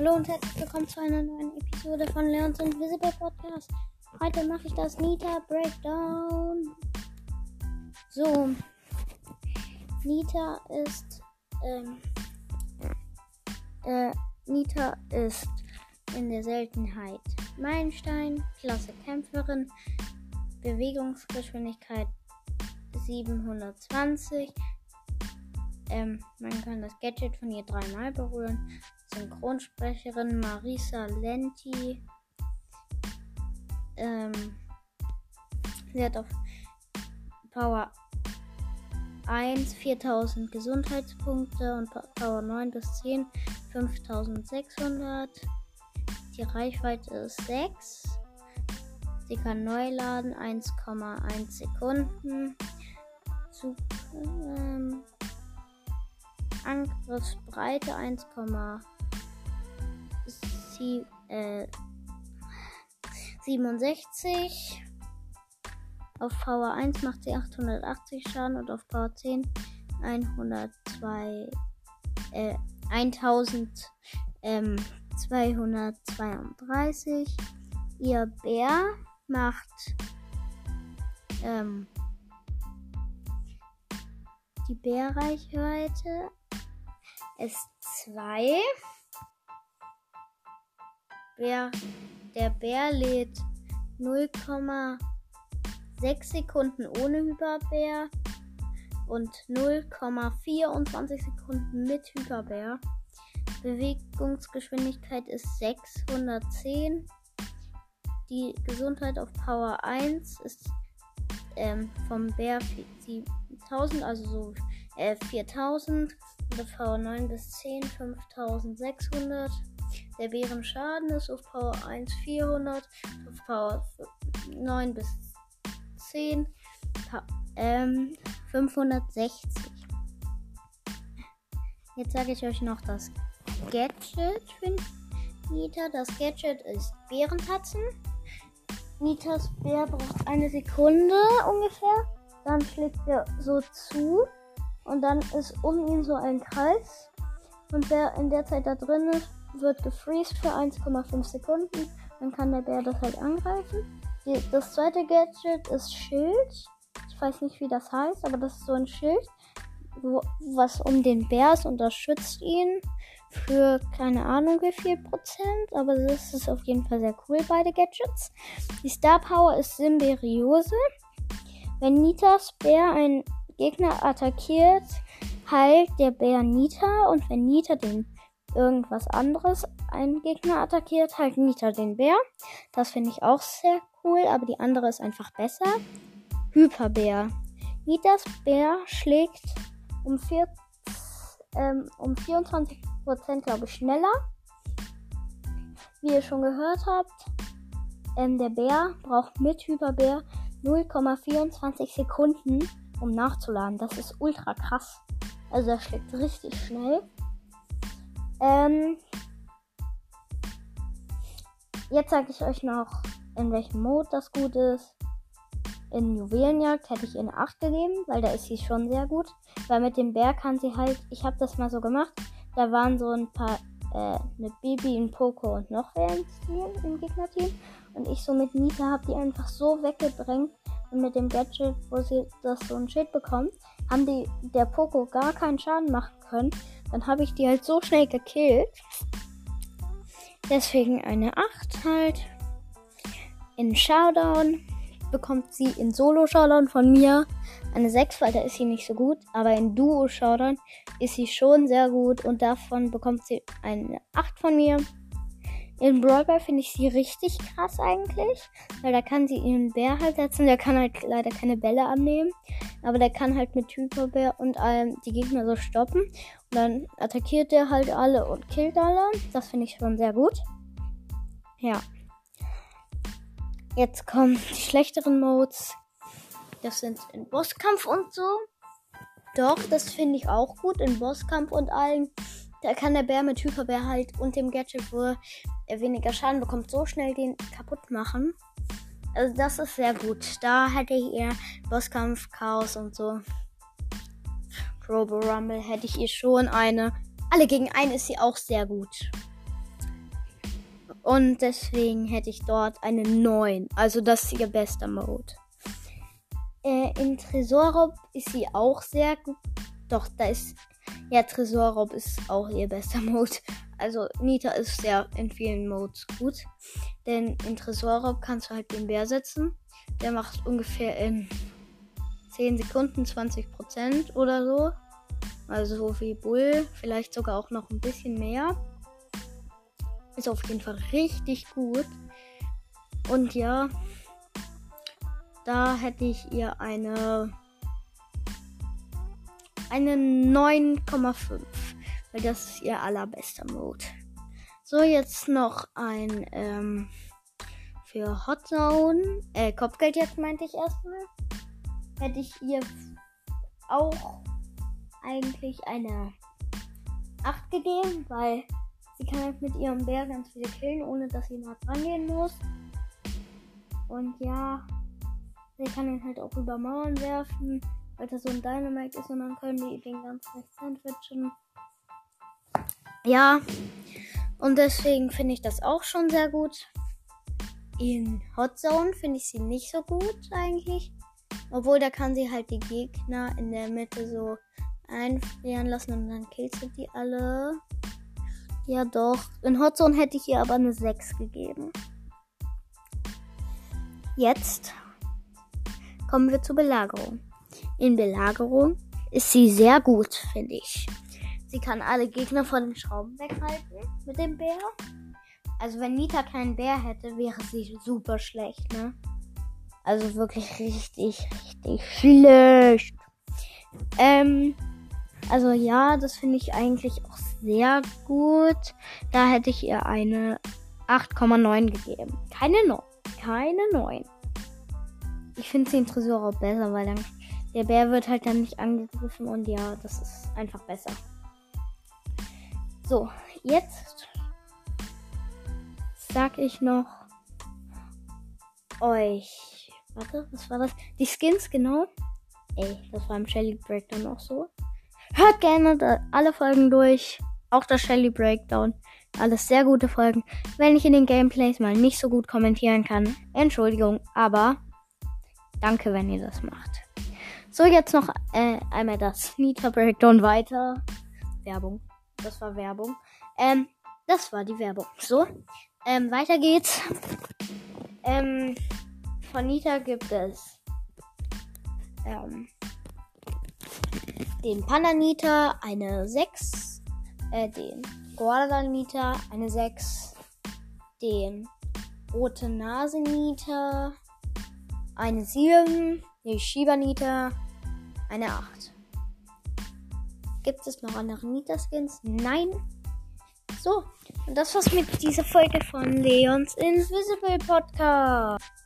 Hallo und herzlich willkommen zu einer neuen Episode von Leons Invisible Podcast. Heute mache ich das Nita Breakdown. So, Nita ist in der Seltenheit Meilenstein, Klasse Kämpferin, Bewegungsgeschwindigkeit 720. Man kann das Gadget von ihr 3-mal berühren. Synchronsprecherin Marisa Lenti. Sie hat auf Power 1 4000 Gesundheitspunkte und Power 9 bis 10 5600. Die Reichweite ist 6. Sie kann neu laden 1,1 Sekunden. Angriffsbreite 1,67. Auf Power 1 macht sie 880 Schaden und auf Power 10 1232. Ihr Bär macht die Bärreichweite ist 2. Der Bär lädt 0,6 Sekunden ohne Hyperbär und 0,24 Sekunden mit Hyperbär. Bewegungsgeschwindigkeit ist 610. Die Gesundheit auf Power 1 ist vom Bär 7000, also so 4000. Und auf Power 9 bis 10 5600. Der Bärenschaden ist auf Power 1 400. Auf Power 9 bis 10 560. Jetzt sage ich euch noch das Gadget für Nita. Das Gadget ist Bärentatzen. Nitas Bär braucht 1 Sekunde ungefähr. Dann schlägt er so zu. Und dann ist um ihn so ein Kreis. Und wer in der Zeit da drin ist, wird gefreezed für 1,5 Sekunden. Dann kann der Bär das halt angreifen. Das zweite Gadget ist Schild. Ich weiß nicht, wie das heißt, aber das ist so ein Schild, was um den Bär ist und das schützt ihn für keine Ahnung wie viel Prozent. Aber das ist auf jeden Fall sehr cool, beide Gadgets. Die Star Power ist Symbiose. Wenn Nitas Bär einen Gegner attackiert, heilt der Bär Nita, und wenn Nita den irgendwas anderes einen Gegner attackiert, heilt Nita den Bär. Das finde ich auch sehr cool, aber die andere ist einfach besser. Hyperbär. Nitas Bär schlägt um 24% glaube ich schneller. Wie ihr schon gehört habt, der Bär braucht mit Hyperbär 0,24 Sekunden, um nachzuladen. Das ist ultra krass. Also er schlägt richtig schnell. Jetzt sage ich euch noch, in welchem Mode das gut ist. In Juwelenjagd hätte ich ihr eine 8 gegeben, weil da ist sie schon sehr gut. Weil mit dem Bär kann sie halt, ich habe das mal so gemacht, da waren so ein paar, eine Bibi, ein Poco und noch wer im Gegnerteam. Und ich so mit Nita habe die einfach so weggedrängt. Und mit dem Gadget, wo sie das so ein Schild bekommt, haben der Poco gar keinen Schaden machen können. Dann habe ich die halt so schnell gekillt. Deswegen eine 8 halt. In Showdown bekommt sie in Solo-Showdown von mir eine 6, weil da ist sie nicht so gut. Aber in Duo-Showdown ist sie schon sehr gut und davon bekommt sie eine 8 von mir. In Brawl Ball finde ich sie richtig krass eigentlich, weil da kann sie ihren Bär halt setzen. Der kann halt leider keine Bälle annehmen, aber der kann halt mit Hyperbär und allem die Gegner so stoppen. Und dann attackiert der halt alle und killt alle. Das finde ich schon sehr gut. Ja. Jetzt kommen die schlechteren Modes. Das sind in Bosskampf und so. Doch, das finde ich auch gut. In Bosskampf und allem. Da kann der Bär mit Hyperbär halt und dem Gadget, wo er weniger Schaden bekommt, so schnell den kaputt machen. Also das ist sehr gut. Da hätte ich eher Bosskampf, Chaos und so. Robo Rumble hätte ich ihr schon eine. Alle gegen einen ist sie auch sehr gut. Und deswegen hätte ich dort eine 9. Also das ist ihr bester Mode. In Tresorraub ist sie auch sehr gut. Doch, Tresorraub ist auch ihr bester Mode. Also Nita ist sehr in vielen Modes gut. Denn in Tresorraub kannst du halt den Bär setzen. Der macht ungefähr in 10 Sekunden 20% oder so. Also so wie Bull. Vielleicht sogar auch noch ein bisschen mehr. Ist auf jeden Fall richtig gut. Und ja, da hätte ich ihr eine 9,5. Weil das ist ihr allerbester Mode. So, jetzt noch ein für Hot Zone. Kopfgeldjagd meinte ich erstmal. Hätte ich ihr auch eigentlich eine 8 gegeben, weil sie kann halt mit ihrem Bär ganz viele killen, ohne dass sie nah dran gehen muss. Und ja, sie kann ihn halt auch über Mauern werfen, weil das so ein Dynamite ist und dann können die den ganz leicht sandwichen. Ja, und deswegen finde ich das auch schon sehr gut. In Hot Zone finde ich sie nicht so gut eigentlich. Obwohl, da kann sie halt die Gegner in der Mitte so einfrieren lassen und dann killt sie die alle. Ja doch. In Hot Zone hätte ich ihr aber eine 6 gegeben. Jetzt kommen wir zur Belagerung. In Belagerung ist sie sehr gut, finde ich. Sie kann alle Gegner von den Schrauben weghalten mit dem Bär. Also wenn Nita keinen Bär hätte, wäre sie super schlecht, ne? Also wirklich richtig schlecht. Also ja, das finde ich eigentlich auch sehr gut. Da hätte ich ihr eine 8,9 gegeben. Keine 9. Ich finde sie in Tresorraub besser, weil dann der Bär wird halt dann nicht angegriffen und ja, das ist einfach besser. So, jetzt sag ich noch euch. Warte, was war das? Die Skins, genau. Das war im Shelly Breakdown auch so. Hört gerne alle Folgen durch. Auch das Shelly Breakdown. Alles sehr gute Folgen. Wenn ich in den Gameplays mal nicht so gut kommentieren kann, Entschuldigung, aber danke, wenn ihr das macht. So, jetzt noch einmal das Nita Breakdown weiter. Werbung. Das war Werbung. Das war die Werbung. So, weiter geht's. Von Nita gibt es den Panda Nita eine 6, den Koala Nita eine 6, den Rote Nase Nita eine 7, den Shiba Nita eine 8. Gibt es noch andere Nita-Skins? Nein. So, und das war's mit dieser Folge von Leons Invisible Podcast.